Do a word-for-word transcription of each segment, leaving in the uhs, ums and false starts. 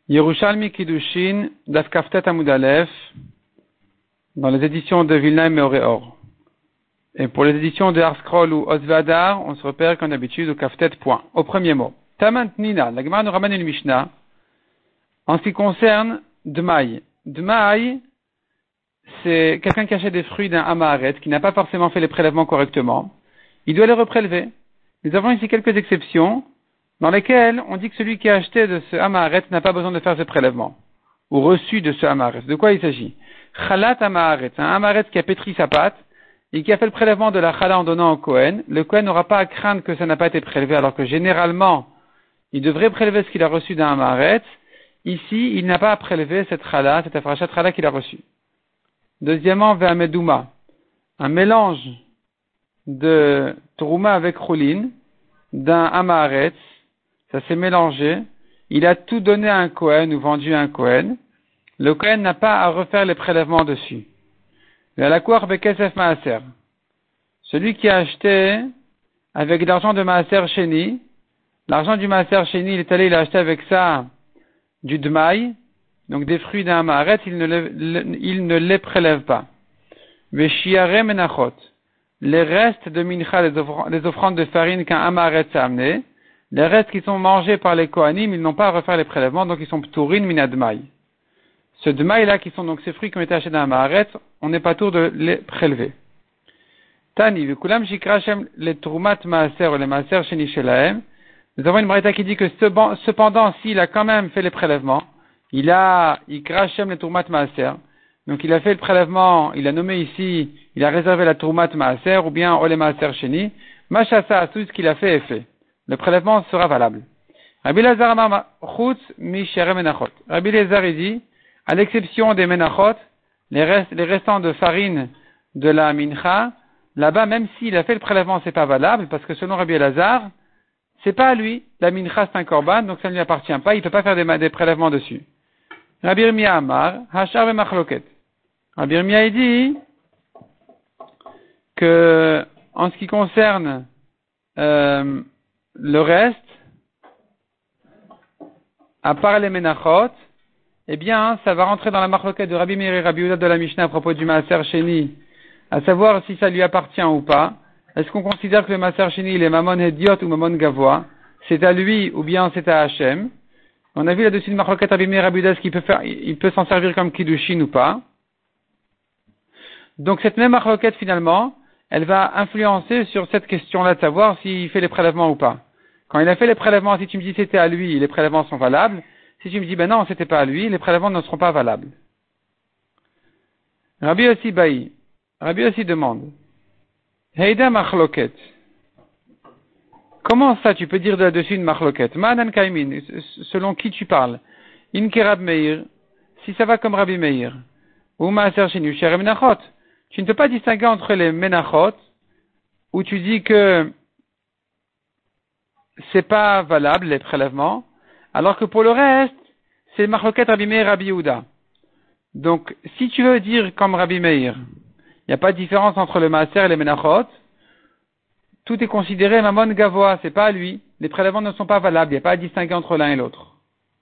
Yerushalmi Kiddushin, Daf Kaftet Amud Aleph, dans les éditions de Vilna et Meoreor. Et pour les éditions de Harscroll ou Osvadar, on se repère comme d'habitude au Kaftet point. Au premier mot. Tamant Nina, la Gemara nous ramène une Mishnah, en ce qui concerne Dmaï. Dmaï, c'est quelqu'un qui achète des fruits d'un Amaharet, qui n'a pas forcément fait les prélèvements correctement. Il doit les reprélever. Nous avons ici quelques exceptions, dans lesquelles on dit que celui qui a acheté de ce Amaharet n'a pas besoin de faire ce prélèvement, ou reçu de ce Amaharet. De quoi il s'agit? Chalat Amaharet, un Amaharet qui a pétri sa pâte, et qui a fait le prélèvement de la chala en donnant au Kohen. Le Kohen n'aura pas à craindre que ça n'a pas été prélevé, alors que généralement, il devrait prélever ce qu'il a reçu d'un Amaharet. Ici, il n'a pas à prélever cette chala, cette afrachat chala qu'il a reçue. Deuxièmement, ve'amedouma, un mélange de trouma avec choulin, d'un Amaharet, ça s'est mélangé, il a tout donné à un Kohen ou vendu à un Kohen, le Kohen n'a pas à refaire les prélèvements dessus. La cour bekesef maaser, celui qui a acheté avec l'argent de maaser sheni, l'argent du maaser sheni, il est allé, il a acheté avec ça du dmaï, donc des fruits d'un amaharet, il ne les, il ne les prélève pas. Veshiare menachot, les restes de mincha, les offrandes de farine qu'un amaharet s'est amené, les restes qui sont mangés par les kohanim, ils n'ont pas à refaire les prélèvements, donc ils sont pturin minadmaï. Ce dmaï-là, qui sont donc ces fruits qui ont été achetés d'un amaharet, on n'est pas tour de les prélever. Tani, vekulam shikrachem les trumat maaser ou les maaser sheni shelahem. Nous avons une braïta qui dit que cependant, s'il a quand même fait les prélèvements, il a, ikrachem les trumat maaser. Donc il a fait le prélèvement, il a nommé ici, il a réservé la trumat maaser ou bien ole maaser sheni. Machasa, tout ce qu'il a fait est fait. Le prélèvement sera valable. Rabbi Lazar amar chutz mi shere menachot. Rabbi Lazar il dit, à l'exception des menachot, les, restes, les restants de farine de la mincha, là-bas, même s'il a fait le prélèvement, c'est pas valable, parce que selon Rabbi Elazar, c'est pas à lui. La mincha, c'est un korban, donc ça ne lui appartient pas, il peut pas faire des, des prélèvements dessus. Rabbi Irmia amar, hachar ve machloket. Rabbi Irmia, il dit que, en ce qui concerne, euh, le reste, à part les menachot, eh bien, ça va rentrer dans la marloquette de Rabbi Meir et Rabbi Yehuda de la Mishnah à propos du Maaser Sheni, à savoir si ça lui appartient ou pas. Est-ce qu'on considère que le Maaser Sheni, il est Mamon Hediot ou Mamon Gavoa? C'est à lui ou bien c'est à Hachem? On a vu là-dessus une marloquette Rabbi Meir et Rabbi Yehuda, qu'il peut faire, il peut s'en servir comme Kiddushin ou pas. Donc cette même marloquette finalement, elle va influencer sur cette question-là de savoir s'il fait les prélèvements ou pas. Quand il a fait les prélèvements, si tu me dis c'était à lui, les prélèvements sont valables. Si tu me dis, ben non, c'était pas à lui, les prélèvements ne seront pas valables. Rabbi aussi baillit. Rabbi aussi demande. Heida machloket. Comment ça, tu peux dire là-dessus une machloket? Ma'anan kaimin, selon qui tu parles? Inke Rab Meir, si ça va comme Rabbi Meir. Ou ma'aser sheni shere menachot. Tu ne peux pas distinguer entre les menachot, où tu dis que c'est pas valable, les prélèvements, alors que pour le reste, c'est Machloket Rabbi Meir Rabbi Yehuda. Donc, si tu veux dire comme Rabbi Meir, il n'y a pas de différence entre le Maaser et les Menachot, tout est considéré Mamon Gavoa, c'est pas à lui. Les prélèvements ne sont pas valables, il n'y a pas à distinguer entre l'un et l'autre.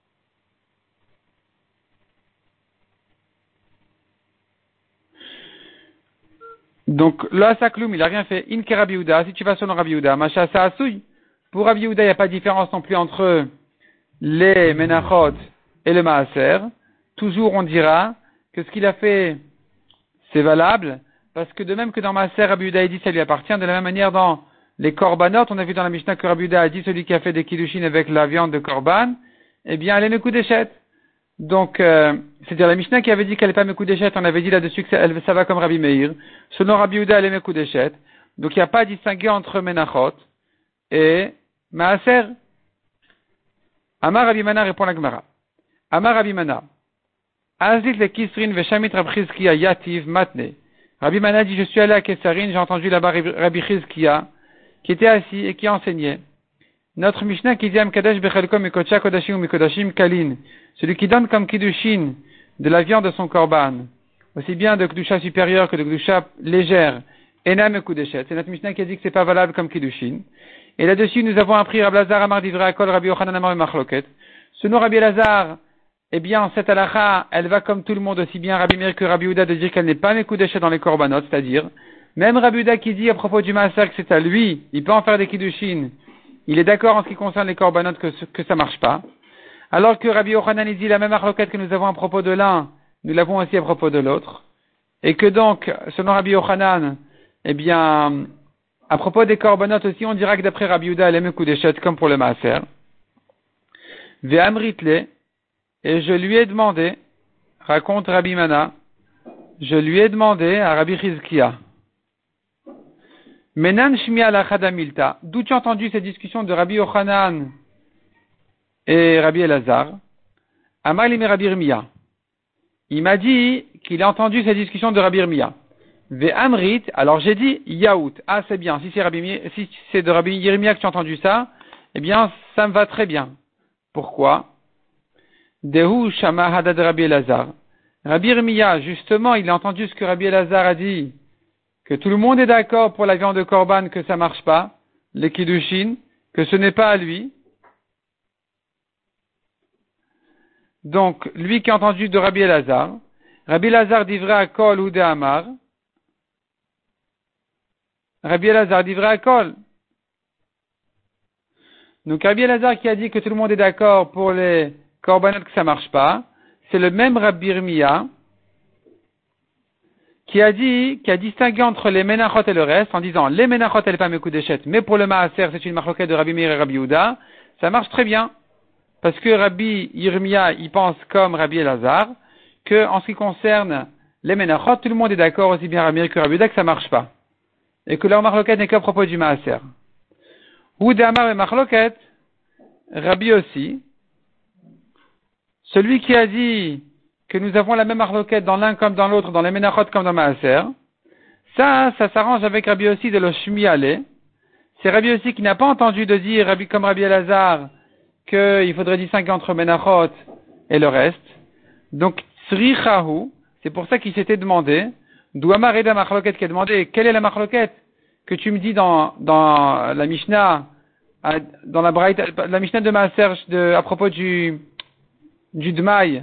Donc, le Asakloum, il n'a rien fait. Inke Rabbi Yehuda, si tu vas sur le Rabbi Yehuda, Macha Saasouy. Pour Rabbi Yehuda, il n'y a pas de différence non plus entre les Menachot et le Maaser. Toujours on dira que ce qu'il a fait, c'est valable, parce que de même que dans Maaser, Rabbi Yehuda a dit ça lui appartient, de la même manière dans les Korbanot, on a vu dans la Mishnah que Rabbi Yehuda a dit celui qui a fait des Kiddushin avec la viande de Korban, eh bien, elle est Mekudeshet. Donc, euh, c'est-à-dire la Mishnah qui avait dit qu'elle n'est pas Mekudeshet, on avait dit là-dessus que ça, elle, ça va comme Rabbi Meir. Selon Rabbi Yehuda, elle est Mekudeshet. Donc, il n'y a pas à distinguer entre Menachot et Maaser. Amar Rabbi Mana répond la Gemara. Amar Rabbi Mana. Azit le Kisrin veshamit Rabbi Chizkiya yativ matne. Rabbi Mana dit, je suis allé à Kesarin, j'ai entendu là-bas Rabbi Chizkiya, qui était assis et qui enseignait. Notre Mishnah qui dit Amkadesh bechelkom mikocha kodashim ou mikodashim kalin. Celui qui donne comme kiddushin de la viande de son korban, aussi bien de kdusha supérieure que de kdusha légère, enam et kudeshet. C'est notre Mishnah qui a dit que c'est pas valable comme kiddushin. Et là-dessus, nous avons appris Rabbi Lazar Amar Divrei Akol Rabbi Yochanan Amar Machloket. Selon Rabbi Lazar, eh bien, cette halakha, elle va comme tout le monde, aussi bien Rabbi Meir que Rabbi Yehuda, de dire qu'elle n'est pas mekudeshet dans les korbanot, c'est-à-dire, même Rabbi Yehuda qui dit à propos du maaser que c'est à lui, il peut en faire des kiddushin, il est d'accord en ce qui concerne les korbanot que, que ça marche pas. Alors que Rabbi Yochanan dit la même marloquette que nous avons à propos de l'un, nous l'avons aussi à propos de l'autre. Et que donc, selon Rabbi Yochanan, eh bien, à propos des korbanot aussi, on dira que d'après Rabbi Yehuda, elle est mekudeshet comme pour le maaser. Ve'amritle, et je lui ai demandé, raconte Rabbi Mana, je lui ai demandé à Rabbi Chizkiya, Menan shmi alachad amilta, d'où tu as entendu cette discussion de Rabbi Yochanan et Rabbi Elazar? Amar li Rabbi Irmiya. Il m'a dit qu'il a entendu cette discussion de Rabbi Irmiya. Ve'amrit, alors j'ai dit Yaout. Ah, c'est bien. Si c'est Rabbi, si c'est de Rabbi Irmiya que tu as entendu ça, eh bien, ça me va très bien. Pourquoi? Dehu shama hadad Rabbi Elazar. Rabbi Irmiya, justement, il a entendu ce que Rabbi Elazar a dit, que tout le monde est d'accord pour la viande de korban, que ça marche pas, les kiddushin, que ce n'est pas à lui. Donc, lui qui a entendu de Rabbi Elazar, Rabbi Elazar dit vrai à Kol ou de Amar. Rabbi Elazar dit vrai à Kol. Donc, Rabbi Elazar qui a dit que tout le monde est d'accord pour les korbanot que ça marche pas, c'est le même Rabbi Irmiya qui a dit, qui a distingué entre les menachot et le reste en disant les menachot elle n'est pas mekudeshet, mais pour le maaser c'est une marloquette de Rabbi Meir et Rabbi Yehuda, ça marche très bien. Parce que Rabbi Irmiya, il pense comme Rabbi Elazar, que en ce qui concerne les menachot, tout le monde est d'accord, aussi bien Rabbi Meir que Rabbi Yehuda, que ça marche pas. Et que leur marloquette n'est qu'à propos du maaser. Ou d'Amar et marloquette, Rabbi aussi, celui qui a dit que nous avons la même marloquette dans l'un comme dans l'autre, dans les menachot comme dans le maaser, ça, ça s'arrange avec Rabbi aussi de l'Oshmi Ale. C'est Rabbi aussi qui n'a pas entendu de dire, Rabbi, comme Rabbi Elazar, qu'il faudrait distinguer entre menachot et le reste. Donc, Tsrichahu, c'est pour ça qu'il s'était demandé, Douamar Eda Marloquette qui a demandé, quelle est la marloquette que tu me dis dans, dans la Mishnah, dans la Braïta, la Mishnah de Maaser, de, à propos du, du Dmaï.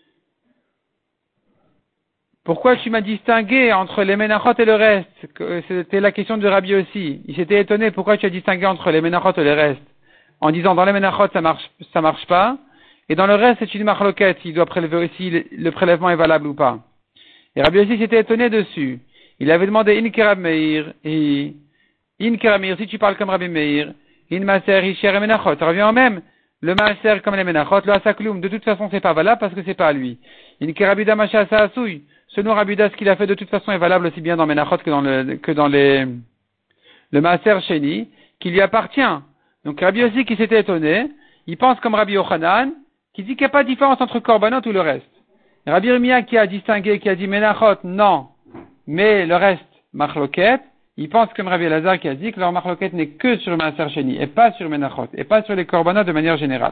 Pourquoi tu m'as distingué entre les menachot et le reste? C'était la question de Rabbi aussi. Il s'était étonné pourquoi tu as distingué entre les menachot et le reste. En disant dans les menachot ça marche, ça marche pas, et dans le reste c'est une marloquette, il doit prélever aussi, le, le prélèvement est valable ou pas. Et Rabbi aussi s'était étonné dessus. Il avait demandé in kerab meir, et in kerab meir, si tu parles comme Rabbi Meir, in maser isher et menachot, ça revient en même. Le maser comme les menachot, le asakloum, de toute façon c'est pas valable parce que c'est pas à lui. In kerabida macha saasouy, selon Rabida, ce qu'il a fait de toute façon est valable aussi bien dans menachot que dans le, que dans les, le maser sheni, qui lui appartient. Donc Rabbi aussi qui s'était étonné, il pense comme Rabbi Yochanan, qui dit qu'il n'y a pas de différence entre korbanot ou le reste. Rabbi Irmiya qui a distingué, qui a dit menachot, non, mais le reste, marloquette, il pense comme Rabbi Elazar qui a dit que leur marloquette n'est que sur Maaser Sheni, et pas sur menachot, et pas sur les korbanot de manière générale.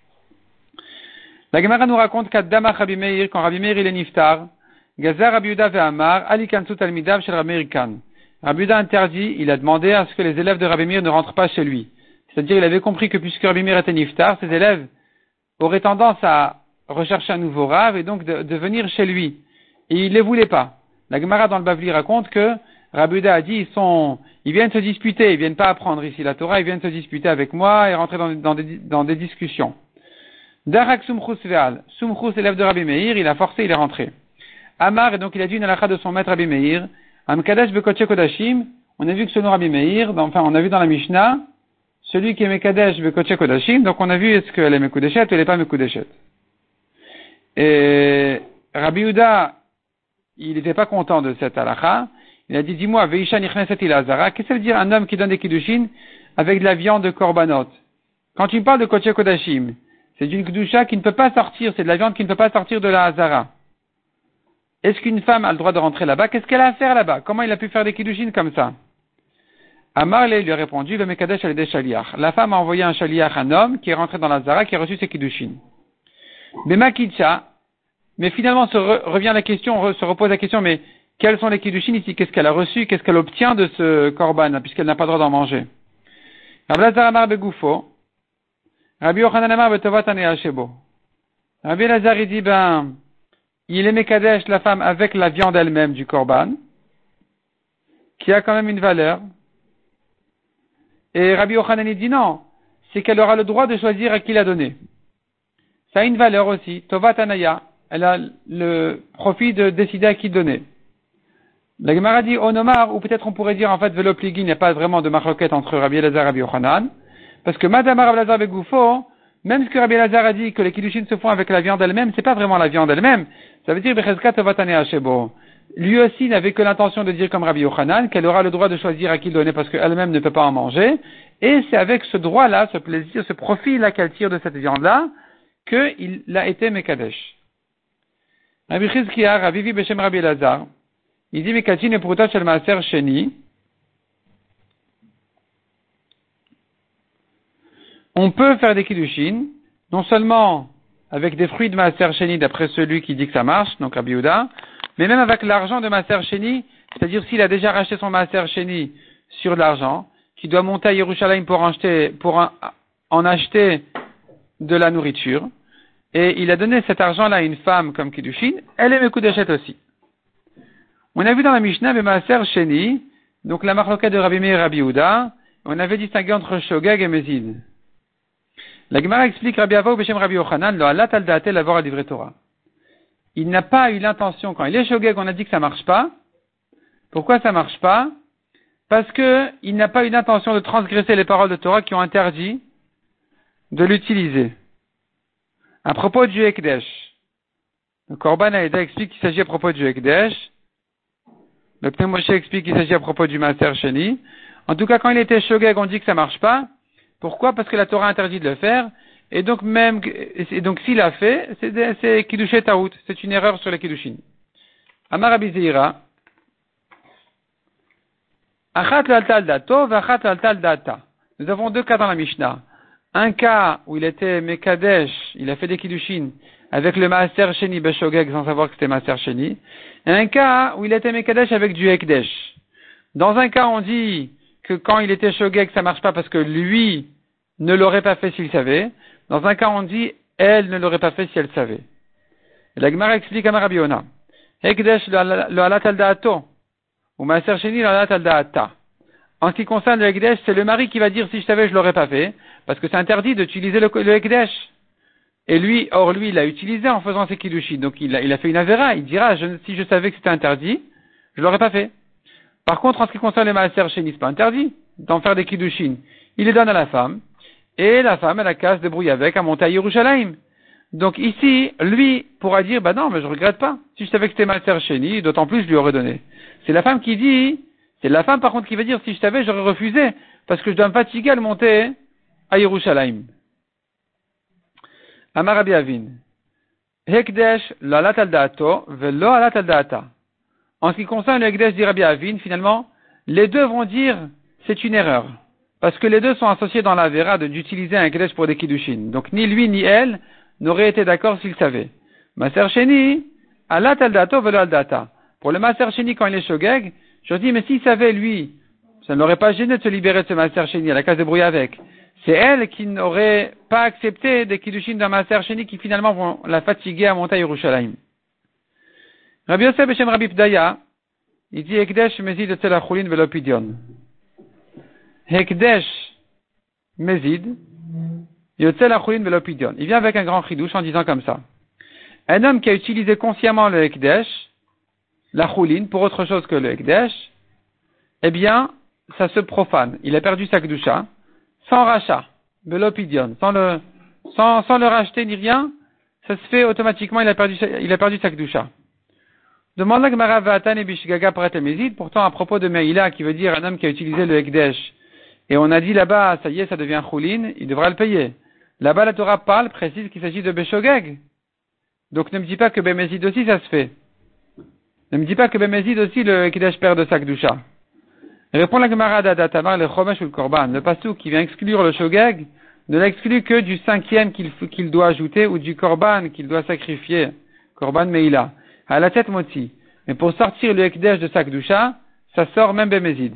La Gemara nous raconte qu'Addama Rabbi Meir, quand Rabbi Meir il est niftar, Gazar Rabbi Yehuda ve'amar, Ali Kansut al-Midav shel Rabbi Meir kan. Rabbi Yehuda interdit, il a demandé à ce que les élèves de Rabbi Meir ne rentrent pas chez lui. C'est-à-dire, il avait compris que puisque Rabbi Meir était niftar, ses élèves auraient tendance à rechercher un nouveau rave et donc de, de venir chez lui. Et il les voulait pas. La Gemara dans le Bavli raconte que Rabbi Yehuda a dit, ils sont, ils viennent se disputer, ils viennent pas apprendre ici la Torah, ils viennent se disputer avec moi et rentrer dans, dans, des, dans des discussions. Darak Sumchus Ve'al. Sumchus, élève de Rabbi Meir, il a forcé, il est rentré. Amar, et donc il a dit une halakha de son maître Rabbi Meir, Amkadesh Bekoche Kodashim, on a vu que selon Rabbi Meir, enfin on a vu dans la Mishnah, celui qui est Mekadesh Bekoche Kodashim, donc on a vu est-ce qu'elle est Mekudeshet ou elle n'est pas Mekudeshet. Et Rabbi Yehuda, il n'était pas content de cette halakha. Il a dit, dis-moi, Veisha Nichneset Ilazara, qu'est-ce que ça veut dire un homme qui donne des kiddushin avec de la viande de korbanot? Quand tu me parles de Kodesh Kodashim, c'est d'une kedusha qui ne peut pas sortir, c'est de la viande qui ne peut pas sortir de la hazara. Est-ce qu'une femme a le droit de rentrer là-bas? Qu'est-ce qu'elle a à faire là-bas? Comment il a pu faire des kiddushin comme ça? Amarle lui a répondu, le Mekadesh al shaliach. La femme a envoyé un shaliach, un homme, qui est rentré dans la hazara, qui a reçu ses kiddushin. Bema Kitcha, mais finalement se re, revient la question, se repose la question, mais quels sont les kiddushin ici? Qu'est-ce qu'elle a reçu? Qu'est-ce qu'elle obtient de ce korban, puisqu'elle n'a pas le droit d'en manger? Rabbi Lazar Amar Begoufo, Rabbi Yochanan Amar Betovat Anea Shebo. Rabbi Elazar, il dit, ben, il est mekadesh la femme avec la viande elle-même du korban, qui a quand même une valeur. Et Rabbi Yochanan, il dit non, c'est qu'elle aura le droit de choisir à qui la donner. Ça a une valeur aussi. Tovat Anaya, elle a le profit de décider à qui donner. La Gemara dit Onomar, ou peut-être on pourrait dire en fait Velo Pligi, il n'y a pas vraiment de marloquette entre Rabbi Elazar et Rabbi Yochanan, parce que Madame Rabbi Elazar Begoufo, même ce que Rabbi Elazar a dit que les kiddushin se font avec la viande elle-même, c'est pas vraiment la viande elle-même. Ça veut dire Bechezka Tovat Anaya Shebo. Lui aussi n'avait que l'intention de dire comme Rabbi Yochanan qu'elle aura le droit de choisir à qui le donner parce qu'elle-même ne peut pas en manger. Et c'est avec ce droit-là, ce plaisir, ce profit-là qu'elle tire de cette viande-là qu'il a été Mekadesh. Rabbi Chizkiya, Rabbi Vi Beshem Rabbi Elazar, il dit Mekachin et Pruta Shel Maaser Sheni. On peut faire des kiddushin, non seulement avec des fruits de Maaser Sheni d'après celui qui dit que ça marche, donc Rabbi Yehuda, mais même avec l'argent de Maaser Sheni, c'est-à-dire s'il a déjà racheté son Maaser Sheni sur de l'argent, qu'il doit monter à Yerushalayim pour en acheter, pour en, en acheter de la nourriture, et il a donné cet argent-là à une femme comme Kiddushin, elle est Mekudeshet aussi. On a vu dans la Mishnah, Maaser Sheni, donc la marloquette de Rabbi Meir et Rabbi Yehuda, on avait distingué entre Shogeg et Mezid. La Gemara explique Rabbi Ava ou Beshem Rabbi Yochanan, le halat al da'atel avoir à livrer Torah. Il n'a pas eu l'intention, quand il est Shogeg, on a dit que ça marche pas. Pourquoi ça marche pas? Parce que il n'a pas eu l'intention de transgresser les paroles de Torah qui ont interdit de l'utiliser. À propos du Ekdesh, le Korban Aïda explique qu'il s'agit à propos du Ekdesh. Le Pnei Moshe explique qu'il s'agit à propos du Maaser Sheni. En tout cas, quand il était Shogeg, on dit que ça marche pas. Pourquoi? Parce que la Torah interdit de le faire. Et donc même, et donc s'il a fait, c'est, c'est Kiddushet Taout. C'est une erreur sur les Kiddushin. Amar Rabbi Zeira. Achat l'altal dato, v'achat l'altal data. Nous avons deux cas dans la Mishnah. Un cas où il était Mekadesh, il a fait des Kiddushin avec le Maaser Sheni Beshogeg sans savoir que c'était Maaser Sheni. Et un cas où il était Mekadesh avec du Ekdesh. Dans un cas, on dit que quand il était Shogeg, ça marche pas parce que lui ne l'aurait pas fait s'il savait. Dans un cas, on dit elle ne l'aurait pas fait si elle savait. Et la Gemara explique à Rabbi Yona. Ekdesh le halat al da'ato. Ou Maaser Sheni le halat al da'ata. En ce qui concerne le Ekdesh, c'est le mari qui va dire si je savais, je l'aurais pas fait. Parce que c'est interdit d'utiliser le, le Ekdesh. Et lui, or lui, il l'a utilisé en faisant ses Kiddushin. Donc il a, il a fait une avéra. Il dira, je, si je savais que c'était interdit, je l'aurais pas fait. Par contre, en ce qui concerne les Maaser Sheni, c'est pas interdit d'en faire des Kiddushin. Il les donne à la femme. Et la femme, elle a qu'à se débrouiller avec, à monter à Yerushalayim. Donc ici, lui pourra dire, bah non, mais je regrette pas. Si je savais que c'était Maaser Sheni, d'autant plus je lui aurais donné. C'est la femme qui dit, c'est la femme par contre qui va dire, si je savais, j'aurais refusé. Parce que je dois me fatiguer à le monter à Yerushalayim. Amar Rabbi Avin. Hekdesh lo halat al da'ato velo halat al da'ata. En ce qui concerne le Hekdesh dit Rabbi Avin, finalement, les deux vont dire c'est une erreur. Parce que les deux sont associés dans la vera de, d'utiliser un Hekdesh pour des Kiddushin. Donc ni lui ni elle n'auraient été d'accord s'ils savaient. Maaser Sheni, halat al da'ato velo al da'ata. Pour le Maaser Sheni quand il est Shogeg, je dis mais s'il savait lui, ça ne l'aurait pas gêné de se libérer de ce Maaser Sheni, à la case de brouiller avec. C'est elle qui n'aurait pas accepté des Kiddushin d'un Maaser Sheni qui finalement vont la fatiguer à monter à Yerushalayim. Rabbi Yosef Beshem Rabbi Pdaya, il dit Hekdesh mezid etzel achulin velo pidyon. Hekdesh mezid etzel achulin velo pidyon. Il vient avec un grand chidouche en disant comme ça. Un homme qui a utilisé consciemment le Hekdesh, l'achulin, pour autre chose que le Hekdesh, eh bien, ça se profane. Il a perdu sa kedusha. Sans rachat, belopidion, sans le, sans, sans le racheter ni rien, ça se fait automatiquement, il a perdu, il a perdu sa kedusha. Demande la Gemara Vatan et Bishgaga Prat Mezid, pourtant à propos de Meïla, qui veut dire un homme qui a utilisé le Hekdesh, et on a dit là-bas, ça y est, ça devient Choulin, il devra le payer. Là-bas, la Torah parle, précise qu'il s'agit de Beshogeg. Donc ne me dis pas que Bemezid aussi ça se fait. Ne me dis pas que Bemezid aussi le Hekdesh perd de sa kedusha. Répond la Gemara d'Adatamar, le Chomesh ou le Korban. Le Passouk qui vient exclure le Shogeg ne l'exclut que du cinquième qu'il, qu'il doit ajouter ou du Korban qu'il doit sacrifier. Korban Meïla. À la tête moti. Mais pour sortir le Hekdesh de sa kedusha, ça sort même Bemezid.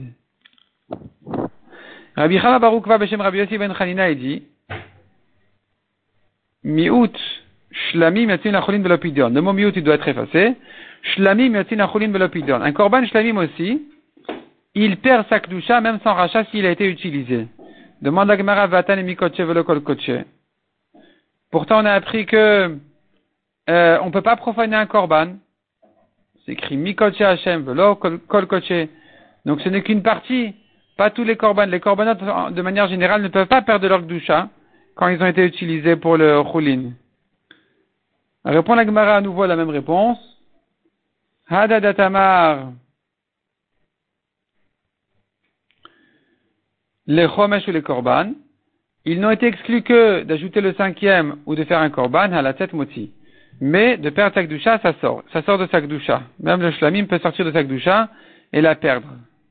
Rabbi Chama Baroukva Beshem Rabbi Yossi Ben Chanina dit Mi'ut Shlamim yatzin lachulin velopidyon. Le mot miyut, il doit être effacé. Shlamim yatzin lachulin velopidyon. Un korban shlamim aussi, il perd sa kedusha même sans rachat s'il a été utilisé. Demande la Gemara vatan et mikotche velokol kotche. Pourtant, on a appris que euh, on peut pas profaner un korban. C'est écrit mikotche Hashem velokol kotche. Donc ce n'est qu'une partie. Pas tous les korban. Les korbanot, de manière générale, ne peuvent pas perdre leur kedusha quand ils ont été utilisés pour le chulin. Répond la Gemara à nouveau à la même réponse. Hadadatamar. Les chomesh ou les korban. Ils n'ont été exclus que d'ajouter le cinquième ou de faire un korban à la tête moti. Mais de perdre sa kedusha, ça sort. Ça sort de sa kedusha. Même le shlamim peut sortir de sa kedusha et la perdre.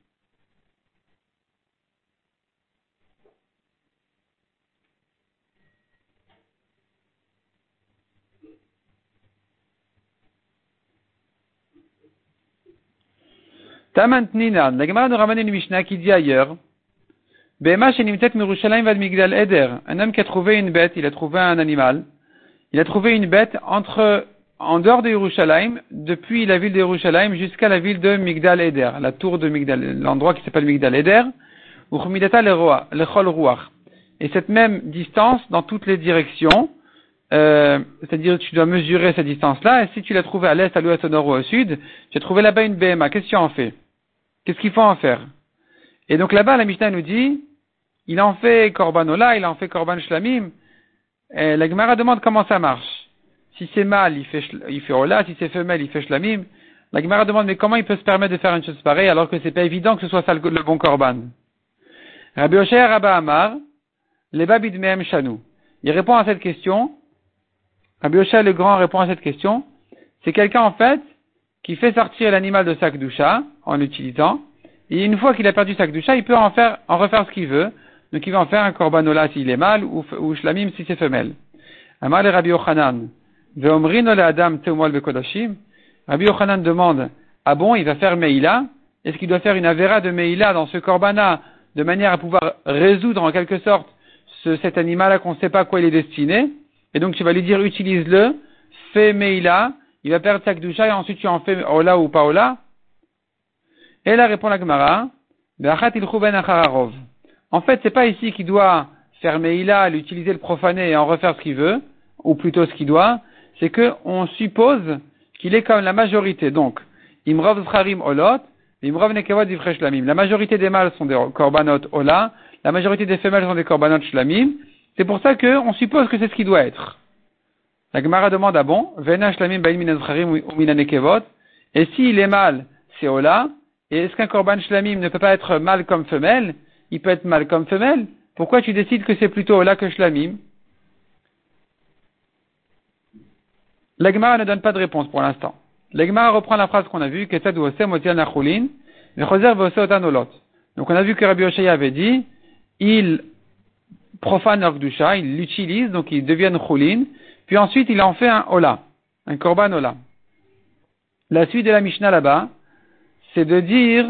Tamant Ninan, la Gemara nous ramène une Mishnah qui dit ailleurs, Bema shenimtet mirushalayim vad migdal eder, un homme qui a trouvé une bête, il a trouvé un animal, il a trouvé une bête entre, en dehors de Yerushalayim, depuis la ville de Yerushalayim jusqu'à la ville de Migdal Eder, la tour de Migdal, l'endroit qui s'appelle Migdal Eder, ou Chumidata lechol ruach. Et cette même distance dans toutes les directions, euh, c'est-à-dire tu dois mesurer cette distance-là, et si tu l'as trouvé à l'est, à l'ouest, au nord ou au sud, tu as trouvé là-bas une B M A, qu'est-ce que tu en fais? Qu'est-ce qu'il faut en faire? Et donc là-bas, la Mishnah nous dit, il en fait korban ola, il en fait korban shlamim. Et la Gemara demande comment ça marche. Si c'est mâle, il fait, il fait ola, si c'est femelle, il fait shlamim. La Gemara demande, mais comment il peut se permettre de faire une chose pareille alors que c'est pas évident que ce soit ça le, le bon korban? Rabbi Osher Rabba Amar, leba bidmehem shanu. Il répond à cette question. Rabbi Osher le grand répond à cette question. C'est quelqu'un en fait qui fait sortir l'animal de sa kedusha en l'utilisant, et une fois qu'il a perdu sa kedusha, il peut en faire, en refaire ce qu'il veut. Donc il va en faire un korban ola s'il est mâle, ou, ou shlamim si c'est femelle. Amar le Rabbi Yochanan, ve'omrin ole adam teumol bekodashim. Rabbi Yochanan demande, ah bon, il va faire meila? Est-ce qu'il doit faire une avera de meila dans ce korbana, de manière à pouvoir résoudre en quelque sorte ce, cet animal-là qu'on ne sait pas à quoi il est destiné? Et donc tu vas lui dire, utilise-le, fais meila, il va perdre sa kedusha et ensuite tu en fais ola ou pas ola. Et là répond la Gemara, en fait c'est pas ici qu'il doit faire meila, l'utiliser, le profaner et en refaire ce qu'il veut, ou plutôt ce qu'il doit, c'est que on suppose qu'il est comme la majorité. Donc, imrov zcharim olot, imrov nekevot divre shlamim. La majorité des mâles sont des korbanot ola, la majorité des femelles sont des korbanot shlamim. C'est pour ça qu'on suppose que c'est ce qui doit être. La Gemara demande, ah bon, Vena shlamim bain min azcharim ou min nekevot, et s'il est mâle, c'est ola, et est-ce qu'un korban shlamim ne peut pas être mâle comme femelle? Il peut être mâle comme femelle. Pourquoi tu décides que c'est plutôt ola que shlamim? La Gemara ne donne pas de réponse pour l'instant. La Gemara reprend la phrase qu'on a vue, Kesed vosem otian achulin, vechoser vosem otan olot. Donc on a vu que Rabbi Oshaya avait dit, il profane leur kedusha, il l'utilise, donc ils deviennent chulin, puis ensuite il en fait un ola, un korban ola. La suite de la Mishnah là-bas, c'est de dire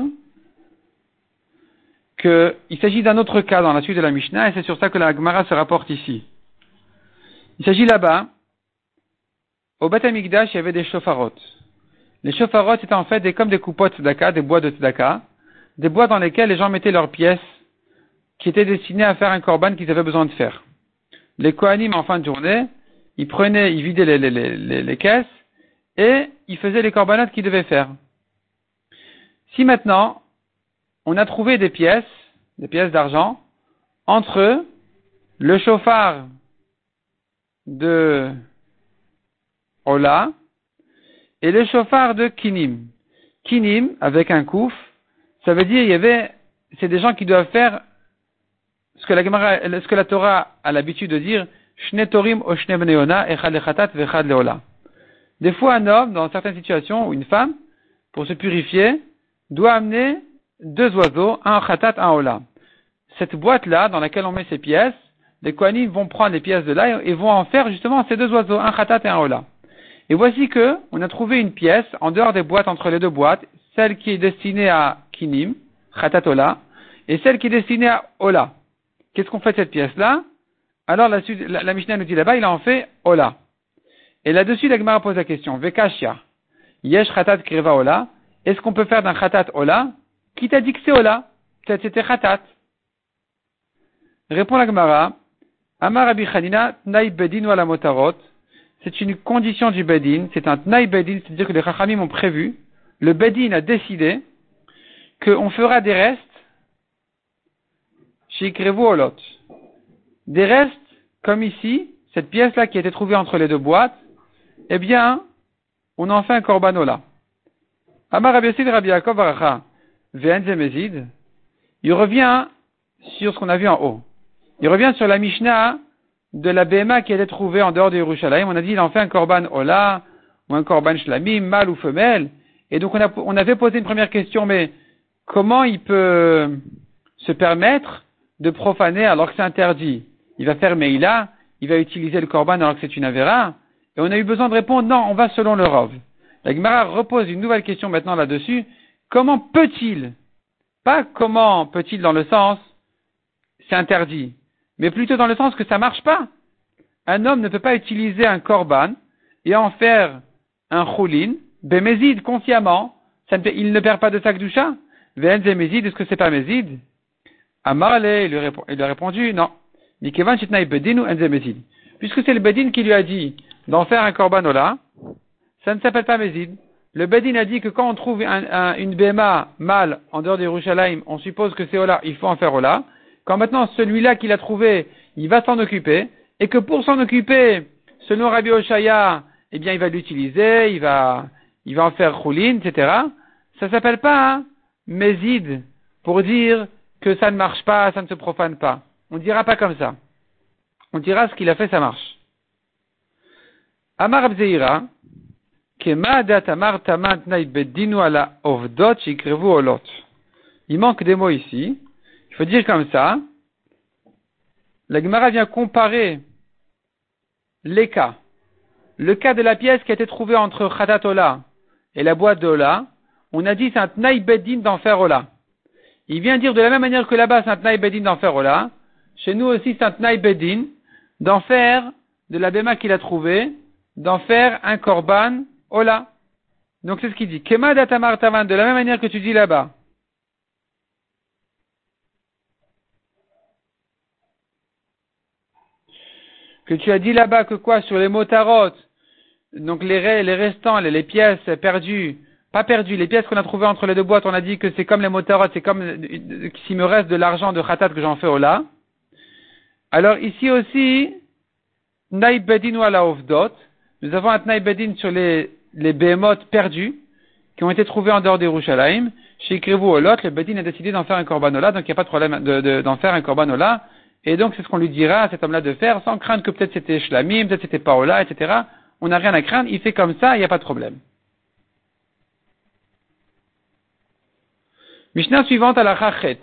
qu'il s'agit d'un autre cas dans la suite de la Mishnah, et c'est sur ça que la Gemara se rapporte ici. Il s'agit là-bas, au Beth Amikdash, il y avait des shofarot. Les shofarot étaient en fait des, comme des coupotes de tzedaka, des bois de tzedaka, des bois dans lesquels les gens mettaient leurs pièces qui étaient destinées à faire un korban qu'ils avaient besoin de faire. Les kohanim, en fin de journée, ils prenaient, ils vidaient les, les, les, les, les caisses et ils faisaient les korbanot qu'ils devaient faire. Si maintenant, on a trouvé des pièces, des pièces d'argent, entre le chauffard de Ola et le chauffard de Kinim. Kinim, avec un kouf, ça veut dire, il y avait, c'est des gens qui doivent faire ce que la Gemara, ce que la Torah a l'habitude de dire, Shne Torim o Shne Bneona, Echad lechatat vechad leola. Des fois, un homme, dans certaines situations, ou une femme, pour se purifier, doit amener deux oiseaux, un khatat, un ola. Cette boîte-là, dans laquelle on met ces pièces, les kohanim vont prendre les pièces de là et vont en faire justement ces deux oiseaux, un khatat et un ola. Et voici que, on a trouvé une pièce, en dehors des boîtes, entre les deux boîtes, celle qui est destinée à kinim, khatat ola, et celle qui est destinée à ola. Qu'est-ce qu'on fait de cette pièce-là? Alors la, la, la Mishnah nous dit là-bas, il en fait ola. Et là-dessus, la Gemara pose la question. Vekashia. Yesh khatat kreva ola. Est-ce qu'on peut faire d'un khatat ola? Qui t'a dit que c'est ola? Peut-être c'était khatat. Répond la Gemara. Amar Rabbi Chanina, tnaï bedin wala motarot. C'est une condition du bedin. C'est un tnaï bedin, c'est-à-dire que les chachamim ont prévu. Le bedin a décidé qu'on fera des restes chez Ikrevu Olot. Des restes, comme ici, cette pièce-là qui a été trouvée entre les deux boîtes, eh bien, on en fait un korban ola. Amar Rabbi Yossi Rabbi Yaakov Aracha, Ve'en Zemezid, il revient sur ce qu'on a vu en haut. Il revient sur la Mishnah de la Béma qui a été trouvée en dehors de Yerushalayim. On a dit il en fait un korban ola, ou un korban shlamim, mâle ou femelle. Et donc on, a, on avait posé une première question, mais comment il peut se permettre de profaner alors que c'est interdit? Il va faire meïla, il va utiliser le korban alors que c'est une avéra. Et on a eu besoin de répondre, non, on va selon le Rov. La Gemara repose une nouvelle question maintenant là-dessus. Comment peut-il, pas comment peut-il dans le sens, c'est interdit, mais plutôt dans le sens que ça marche pas. Un homme ne peut pas utiliser un korban et en faire un choulin, bémézid, consciemment, ça ne, il ne perd pas de sa kedusha. Ve'en zemezid, est-ce que c'est pas mézid? Amarle, il lui a répondu, non. Mikevan shitnaï bedin ou en zemezid. Puisque c'est le bedin qui lui a dit d'en faire un korban ola, ça ne s'appelle pas mézid. Le bedin a dit que quand on trouve un, un, une béma mâle en dehors de Yerushalayim, on suppose que c'est ola, il faut en faire ola. Quand maintenant celui-là qu'il a trouvé, il va s'en occuper, et que pour s'en occuper, selon Rabbi Oshaya, eh bien il va l'utiliser, il va, il va en faire choulin, et cetera. Ça s'appelle pas hein, mézid pour dire que ça ne marche pas, ça ne se profane pas. On ne dira pas comme ça. On dira ce qu'il a fait, ça marche. Amar Abzeira, Kema dat amar tamant naï bedinu ala ovdot shikrevu olot. Il manque des mots ici. Il faut dire comme ça. La Gemara vient comparer les cas. Le cas de la pièce qui a été trouvée entre Khatat Ola et la boîte de Ola. On a dit c'est un Tnaï Bedin d'en faire Ola. Il vient dire de la même manière que là-bas c'est un Tnaï Bedin d'en faire Ola. Chez nous aussi c'est un Tnaï Bedin d'en faire de la béma qu'il a trouvé, d'en faire un Korban Ola. Donc c'est ce qu'il dit. Kema datamar tavan, de la même manière que tu dis là-bas. Que tu as dit là-bas que quoi, sur les motarot, donc les, les restants, les, les pièces perdues, pas perdues, les pièces qu'on a trouvées entre les deux boîtes, on a dit que c'est comme les motarot, c'est comme s'il me reste de l'argent de khatat que j'en fais au là. Alors ici aussi, Tnaï bedin ou ala ovdot, nous avons un Tnaï bedin sur les, les behemoth perdus, qui ont été trouvés en dehors des Yerushalayim. Chez Ikrevu Olot, le bedin a décidé d'en faire un korban ola, donc il n'y a pas de problème de, de, d'en faire un korban ola. Et donc, c'est ce qu'on lui dira à cet homme-là de faire, sans craindre que peut-être c'était shlamim, peut-être c'était paola, et cetera. On n'a rien à craindre, il fait comme ça, il n'y a pas de problème. Mishnah suivante à la chachet.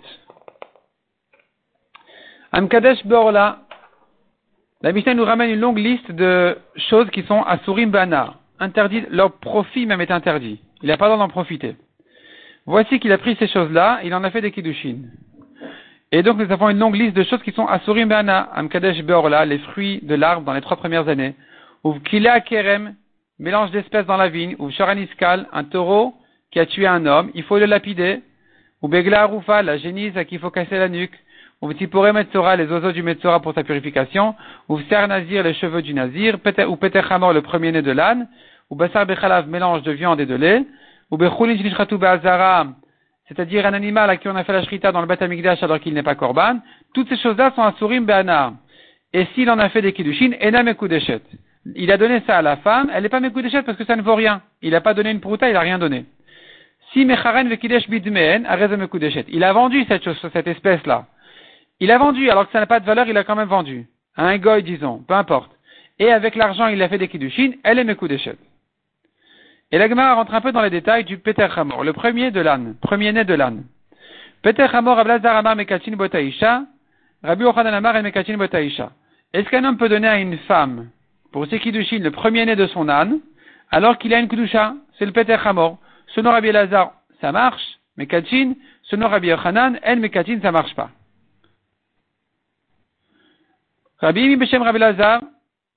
Amkadesh Beorla. La Mishnah nous ramène une longue liste de choses qui sont asurim bana, interdites, leur profit même est interdit. Il n'a pas le droit d'en profiter. Voici qu'il a pris ces choses-là, il en a fait des kiddushin. Et donc, nous avons une longue liste de choses qui sont asurim be'ana, amkadesh be'orla, les fruits de l'arbre dans les trois premières années. Ou kila kerem, mélange d'espèces dans la vigne. Ou sharaniskal, un taureau qui a tué un homme, il faut le lapider. Ou begla arufa, la génisse à qui il faut casser la nuque. Ou tipore metzora, les oiseaux du metzora pour sa purification. Ou ser nazir, les cheveux du nazir. Ou peter hamor, le premier-né de l'âne. Ou basar bechalav, mélange de viande et de lait. Ou bechulin shnishchatu be'azara, c'est-à-dire un animal à qui on a fait la shrita dans le Beth Amikdash alors qu'il n'est pas korban, toutes ces choses-là sont asurim be'ana. Et s'il en a fait des kiddushin, ena mekudeshet. Il a donné ça à la femme, elle n'est pas mekudeshet parce que ça ne vaut rien. Il n'a pas donné une prouta, il n'a rien donné. Si mecharen vekidesh bidmeen, areze mekudeshet. Il a vendu cette chose, cette espèce-là. Il a vendu, alors que ça n'a pas de valeur, il a quand même vendu. À un goy, disons, peu importe. Et avec l'argent, il a fait des kiddushin, elle est mekudeshet. Et la Gemara rentre un peu dans les détails du Peter Hamor, le premier de l'âne, premier-né de l'âne. Peter Hamor, Ablazar Amar Mekatin Botaïcha, Rabbi Yochanan Amar et Mekatin Botaïcha. Est-ce qu'un homme peut donner à une femme, pour ses kiddushin, le premier-né de son âne, alors qu'il a une kudusha? C'est le Peter Hamor. Selon Rabbi Elazar, ça marche, Mekatin. Selon Rabbi Yochanan, El Mekatin, ça marche pas. Rabbi Imi Beshem Rabbi Elazar,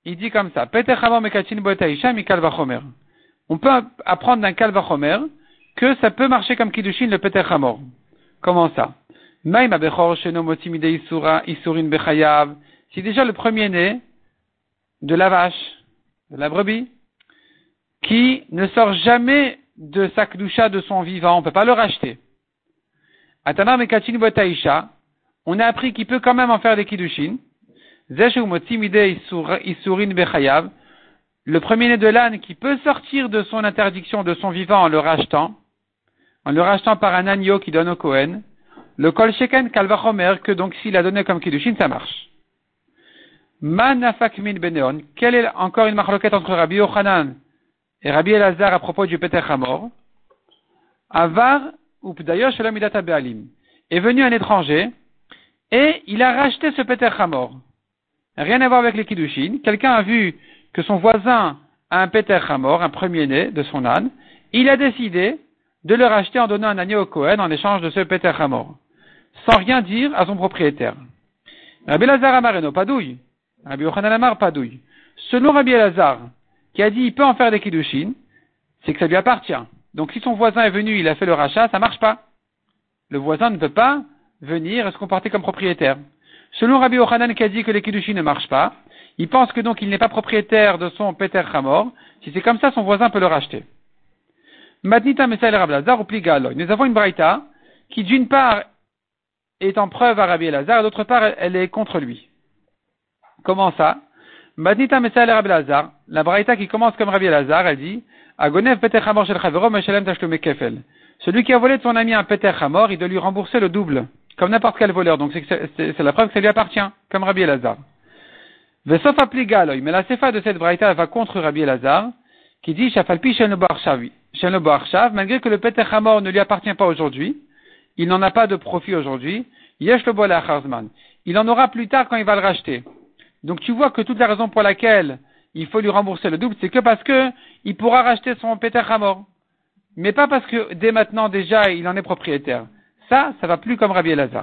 il dit comme ça, Peter Hamor Mekachin Boetaisha Mikal Vachomer. On peut apprendre d'un Kal Vachomer que ça peut marcher comme Kiddushin le Peter Hamor. Comment ça? Maïm Abechor Sheno Motimide Isura Isurin Bechayav. Si déjà le premier-né de la vache, de la brebis, qui ne sort jamais de sa Kedusha de son vivant, on ne peut pas le racheter. Atana Mekachin Boetaisha, on a appris qu'il peut quand même en faire des Kiddushin. Zeshu Motimide Isurin Bechayav. Le premier-né de l'âne qui peut sortir de son interdiction de son vivant en le rachetant, en le rachetant par un agneau qui donne au Kohen, le Kol Sheken Kalvachomer, que donc s'il a donné comme Kiddushin, ça marche. Manafak min beneon, quelle est encore une marloquette entre Rabbi Yochanan et Rabbi Elazar à propos du Peter Hamor? Avar ou Pdayosh Shalom Midata Be'alim. Est venu un étranger et il a racheté ce Peter Hamor. Rien à voir avec les Kiddushin. Quelqu'un a vu que son voisin a un Peter Hamor, un premier-né de son âne. Il a décidé de le racheter en donnant un agneau au Kohen en échange de ce Peter Hamor, sans rien dire à son propriétaire. Rabbi Elazar Amareno, Padouille. Rabbi Yochanan Amar, Padouille. Selon Rabbi Elazar, qui a dit il peut en faire des Kiddushin, c'est que ça lui appartient. Donc si son voisin est venu, il a fait le rachat, ça marche pas. Le voisin ne peut pas venir et se comporter comme propriétaire. Selon Rabbi Yochanan qui a dit que les Kiddushin ne marchent pas, il pense que donc il n'est pas propriétaire de son Peter Hamor. Si c'est comme ça, son voisin peut le racheter. Madnita Mesaïl Rabbi Elazar ou Pligaloy. Nous avons une braïta qui d'une part est en preuve à Rabbi Elazar et d'autre part elle est contre lui. Comment ça? Madnita Mesaïl Rabbi Elazar, la braïta qui commence comme Rabbi Elazar, elle dit Agonev Peter Hamor shel Chavero Meshalem Tashlume Kefel. Celui qui a volé de son ami un Peter Hamor, il doit lui rembourser le double, comme n'importe quel voleur. Donc c'est, c'est, c'est, c'est la preuve que ça lui appartient, comme Rabbi Elazar. Vesof Apligaloy, mais la sefa de cette braïta va contre Rabbi Elazar, qui dit Shafalpi Shen Lo Arshav, malgré que le Peter Hamor ne lui appartient pas aujourd'hui, il n'en a pas de profit aujourd'hui, Yesh Lo Bo Le'achar Zman. Il en aura plus tard quand il va le racheter. Donc tu vois que toute la raison pour laquelle il faut lui rembourser le double, c'est que parce que il pourra racheter son Peter Hamor. Mais pas parce que dès maintenant déjà il en est propriétaire. Ça, ça va plus comme Rabbi Elazar.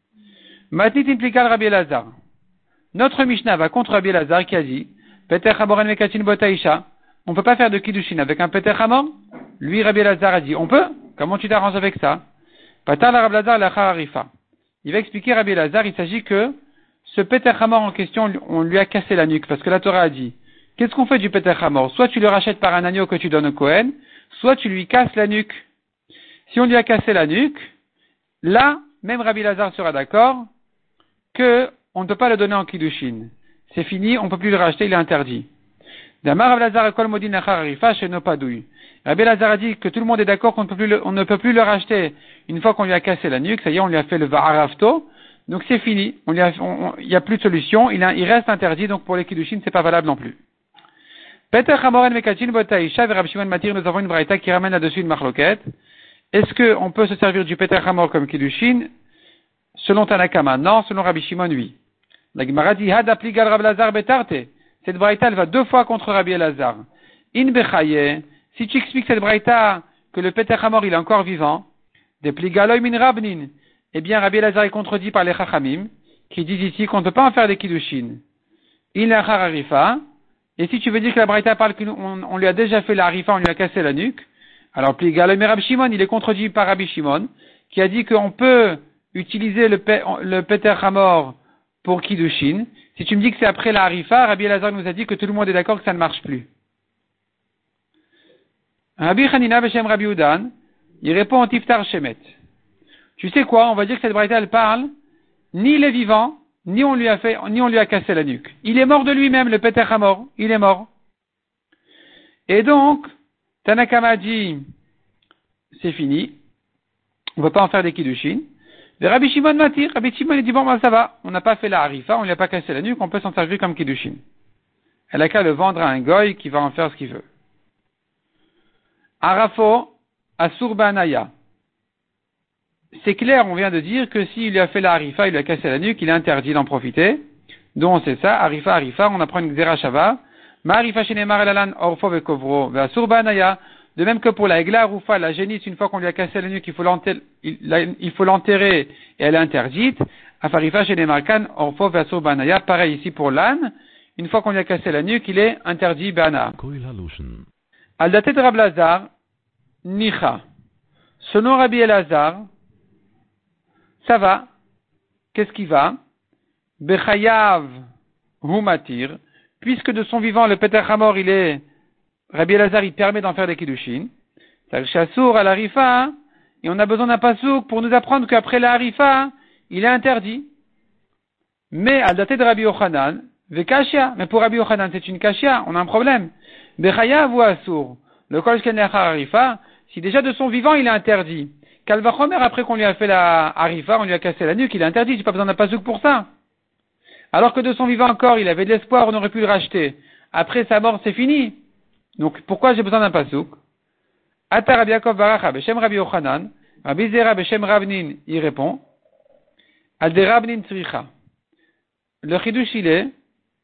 Matit implica Rabbi Elazar. Notre Mishnah va contre Rabbi Elazar qui a dit Peter Hamoren Mekatin Botaisha. On peut pas faire de Kiddushin avec un Peter Hamor? Lui, Rabbi Elazar a dit on peut? Comment tu t'arranges avec ça? Patal Rabbi Elazar lachar arifa. Il va expliquer Rabbi Elazar, il s'agit que ce Peter Hamor en question, on lui a cassé la nuque parce que la Torah a dit qu'est-ce qu'on fait du Peter Hamor? Soit tu le rachètes par un agneau que tu donnes au Kohen, soit tu lui casses la nuque. Si on lui a cassé la nuque, là, même Rabbi Elazar sera d'accord que on ne peut pas le donner en Kiddushin. C'est fini, on ne peut plus le racheter, il est interdit. Damar Rabbi Elazar ekol modin nachar arifa sheno padouy. Rabbi Elazar a dit que tout le monde est d'accord qu'on ne peut plus le, on ne peut plus le racheter une fois qu'on lui a cassé la nuque, ça y est, on lui a fait le va'arafto, donc c'est fini, on lui a, on, il n'y a plus de solution, il, a, il reste interdit, donc pour les Kiddushin, c'est pas valable non plus. Peter Hamoren Mekatin Botaisha et Rabbi Shimon Matir, nous avons une braïta qui ramène là-dessus une marloquette. Est-ce qu'on peut se servir du Peter Hamor comme Kiddushin? Selon Tanakama, non. Selon Rabbi Shimon, oui. La Gemara dit, Had apligal Rabbi Elazar betarte. Cette braïta, elle va deux fois contre Rabbi Elazar. In bechaye, si tu expliques cette braïta que le Peter Hamor, il est encore vivant, de pligaloy min rabnin, eh bien, Rabbi Elazar est contredit par les Chachamim, qui disent ici qu'on ne peut pas en faire des Kiddushin. In lachar arifa. Et si tu veux dire que la braïta parle qu'on on lui a déjà fait la harifa, on lui a cassé la nuque, alors pligaloy mais Rabbi Shimon, il est contredit par Rabbi Shimon, qui a dit qu'on peut utiliser le, pe, le Peter Hamor pour Kiddushin. Si tu me dis que c'est après la harifa, Rabbi Elazar nous a dit que tout le monde est d'accord que ça ne marche plus. Rabbi Chanina Beshem Rabbi Udan, il répond au Tiftar Shemet. Tu sais quoi, on va dire que cette braïta, elle parle, ni il est vivant, ni on lui a fait, ni on lui a cassé la nuque. Il est mort de lui-même, le Peter Hamor. Il est mort. Et donc, Tanakama dit, c'est fini. On ne peut pas en faire des Kiddushin. Le Rabbi Shimon Matir, Rabbi Shimon, il dit, bon, ben, ça va. On n'a pas fait la harifa, on lui a pas cassé la nuque, on peut s'en servir comme Kiddushin. Elle a qu'à le vendre à un goy qui va en faire ce qu'il veut. Arafo, Asur Banaya. C'est clair, on vient de dire que s'il lui a fait la harifa, il lui a cassé la nuque, il est interdit d'en profiter. Donc on sait ça, harifa, harifa, on apprend une xera shava. Ma harifa shenemar elalan orfo vekovro ve'asur banaya. De même que pour la egla arufa, la génisse, une fois qu'on lui a cassé la nuque, il faut l'enterrer, il, il faut l'enterrer et elle est interdite. Afarifa shenemar kan orfo ve'asur banaya. Pareil ici pour l'âne. une fois qu'on lui a cassé la nuque, il est interdit Bana. Al daté de Rab Lazar, Nicha. Selon Rabbi Elazar, ça va. Qu'est-ce qui va? Bechayav humatir. Puisque de son vivant, le Peter Hamor, il est, Rabbi Elazar, il permet d'en faire des kiddushin. C'est-à-dire, Chassour à la Rifa, et on a besoin d'un pasouk pour nous apprendre qu'après la Harifa, il est interdit. Mais, à dater de Rabbi Yochanan, Vekashia, mais pour Rabbi Yochanan, c'est une kashia, on a un problème. Bechayav ou Assour, le Kol Shkenech Harifa, si déjà de son vivant, il est interdit. Kalvachomer, après qu'on lui a fait la Harifa, on lui a cassé la nuque, il est interdit, j'ai pas besoin d'un pasouk pour ça. Alors que de son vivant encore, il avait de l'espoir, on aurait pu le racheter. Après sa mort, c'est fini. Donc, pourquoi j'ai besoin d'un pasouk? Ata Rabbi Yaakov Baracha, Beshem Rabbi Yochanan, Rabbi Zera, Beshem Ravnin, il répond, Al de Ravnin Tzricha. Le chidush, il est,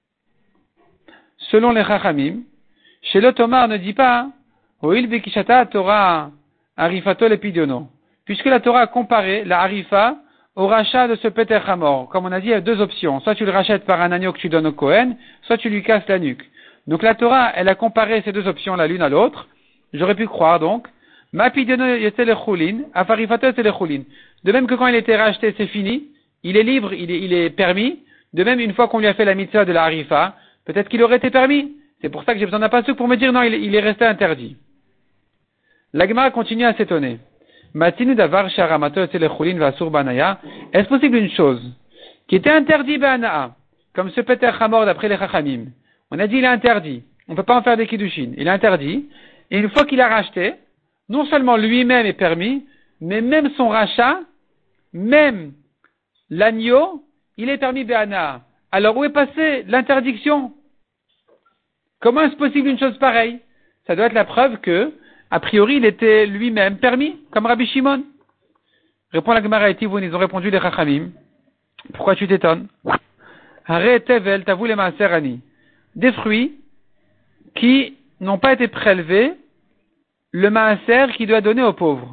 selon les Chachamim, chez le Tomar ne dit pas, Hoil Bekishata Torah Arifato Lepidiono. Puisque la Torah a comparé la Harifa au rachat de ce Peter Hamor. Comme on a dit, il y a deux options. Soit tu le rachètes par un agneau que tu donnes au Kohen, soit tu lui casses la nuque. Donc la Torah, elle a comparé ces deux options la l'une à l'autre. J'aurais pu croire donc. Ma pidiono yete le chulin, afarifato yete le chulin. De même que quand il était racheté, c'est fini. Il est libre, il est, il est permis. De même, une fois qu'on lui a fait la mitzvah de la harifa, peut-être qu'il aurait été permis. C'est pour ça que j'ai besoin d'un pasuk pour me dire non, il, il est resté interdit. La Gemara continue à s'étonner. Matinu davar sharamato yete le chulin vasur banaya. Est-ce possible une chose qui était interdit banaa, comme ce Peter Hamor d'après les Chachamim? On a dit il est interdit. On ne peut pas en faire des kiddushin. Il est interdit. Et une fois qu'il a racheté, non seulement lui-même est permis, mais même son rachat, même l'agneau, il est permis Béana. Alors où est passée l'interdiction? Comment est-ce possible une chose pareille? Ça doit être la preuve que, a priori, il était lui-même permis, comme Rabbi Shimon. Répond la Gemara et Tivoun, ils ont répondu les Chachamim. Pourquoi tu t'étonnes? Hare tevel tavu le maaser ani. Des fruits qui n'ont pas été prélevés, le maaser qui doit donner aux pauvres.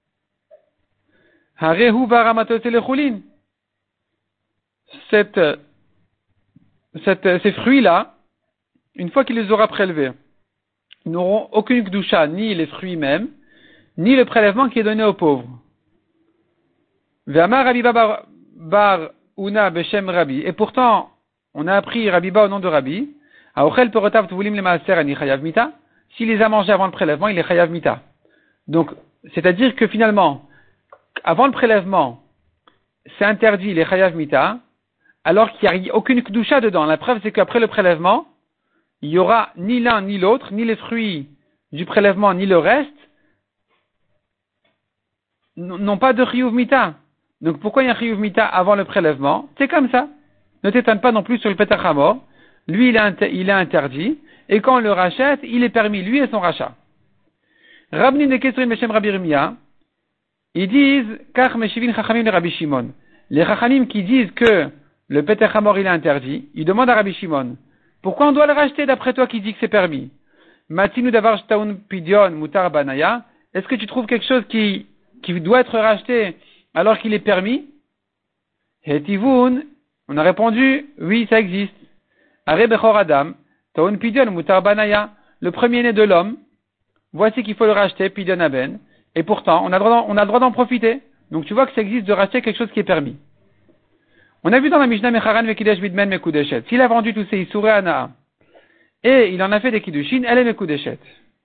Harehu varamatot le chulin. Cette, cette, ces fruits-là, une fois qu'il les aura prélevés, ils n'auront aucune kdusha, ni les fruits même, ni le prélèvement qui est donné aux pauvres. Ve'amar Rabbi Bar, bar Una Beshem Rabbi. Et pourtant, on a appris Rabbi Ba au nom de Rabbi. Aochel perotav tuvulim le maaser ani chayav mita. S'il les a mangés avant le prélèvement, il est chayav mita. Donc, c'est-à-dire que finalement, avant le prélèvement, c'est interdit les chayav mita, alors qu'il n'y a aucune kdusha dedans. La preuve, c'est qu'après le prélèvement, il y aura ni l'un ni l'autre, ni les fruits du prélèvement, ni le reste, n'ont pas de chiyuv mita. Donc, pourquoi il y a un chiyuv mita avant le prélèvement? C'est comme ça. Ne t'étonne pas non plus sur le Peter Hamor. Lui, il est, inter- il est interdit. Et quand on le rachète, il est permis, lui et son rachat. Rabnin de Kesrin Beshem Rabbi Rimia, ils disent, Kach Meshivin Chachamim le Rabbi Shimon. Les Chachamim qui disent que le Peter Hamor, il est interdit, ils demandent à Rabbi Shimon, pourquoi on doit le racheter d'après toi qui dit que c'est permis? Matinu davar shtaun pidion mutar banaya. Est-ce que tu trouves quelque chose qui, qui doit être racheté alors qu'il est permis? Hetivun, on a répondu, oui, ça existe. Are bechor adam, taun pidion mutar banaya. Le premier-né de l'homme, voici qu'il faut le racheter, pidion aben. Et pourtant, on a le droit, on a le droit d'en profiter. Donc tu vois que ça existe de racheter quelque chose qui est permis. On a vu dans la Mishnah Mecharan Vekidesh Bidmen Mekudeshet. S'il a vendu tous ses Isuré Anaa, et il en a fait des Kiddushin, elle est Mekudeshet.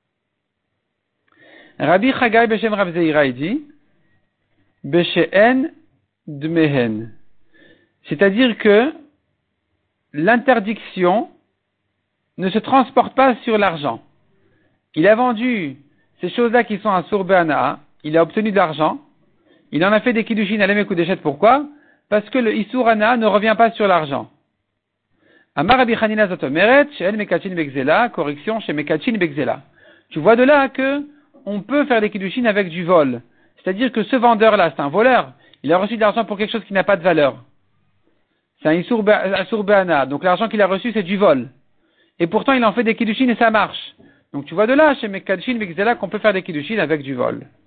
Rabbi Chagai Beshem Rav Zeira dit, Beshen Dmehen. C'est-à-dire que l'interdiction ne se transporte pas sur l'argent. Il a vendu ces choses-là qui sont à Sourbe Anaa, il a obtenu de l'argent, il en a fait des Kiddushin, elle est Mekudeshet. Pourquoi? Parce que le Isur Ana ne revient pas sur l'argent. Amar Rabbi Chanina Zotomeret, She'en Mekachin Begzela, correction chez Mekachin Begzela. Tu vois de là que on peut faire des kiddushin avec du vol. C'est-à-dire que ce vendeur-là, c'est un voleur. Il a reçu de l'argent pour quelque chose qui n'a pas de valeur. C'est un Isur Be'ana. Donc l'argent qu'il a reçu, c'est du vol. Et pourtant, il en fait des kiddushin et ça marche. Donc tu vois de là, chez Mekachin Begzela, qu'on peut faire des kiddushin avec du vol.